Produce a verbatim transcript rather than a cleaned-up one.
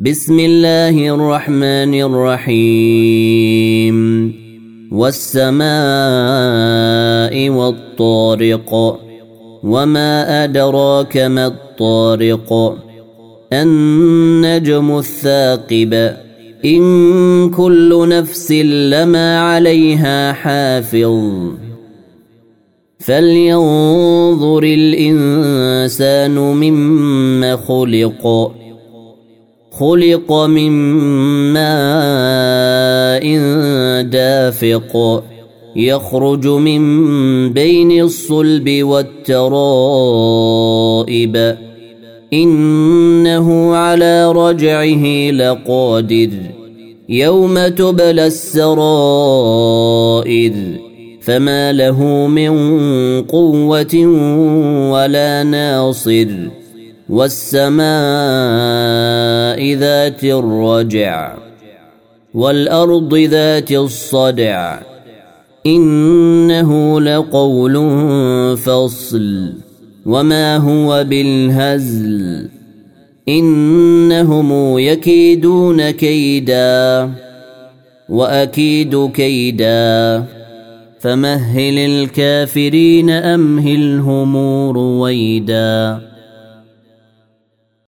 بسم الله الرحمن الرحيم والسماء والطارق وما أدراك ما الطارق النجم الثاقب إن كل نفس لما عليها حافظ فلينظر الإنسان مما خلق خلق من ماء دافق يخرج من بين الصلب والترائب إنه على رجعه لقادر يوم تبلى السرائر فما له من قوة ولا ناصر والسماء ذات الرجع والأرض ذات الصدع إنه لقول فصل وما هو بالهزل إنهم يكيدون كيدا وأكيد كيدا فمهل الكافرين أمهلهم رويدا.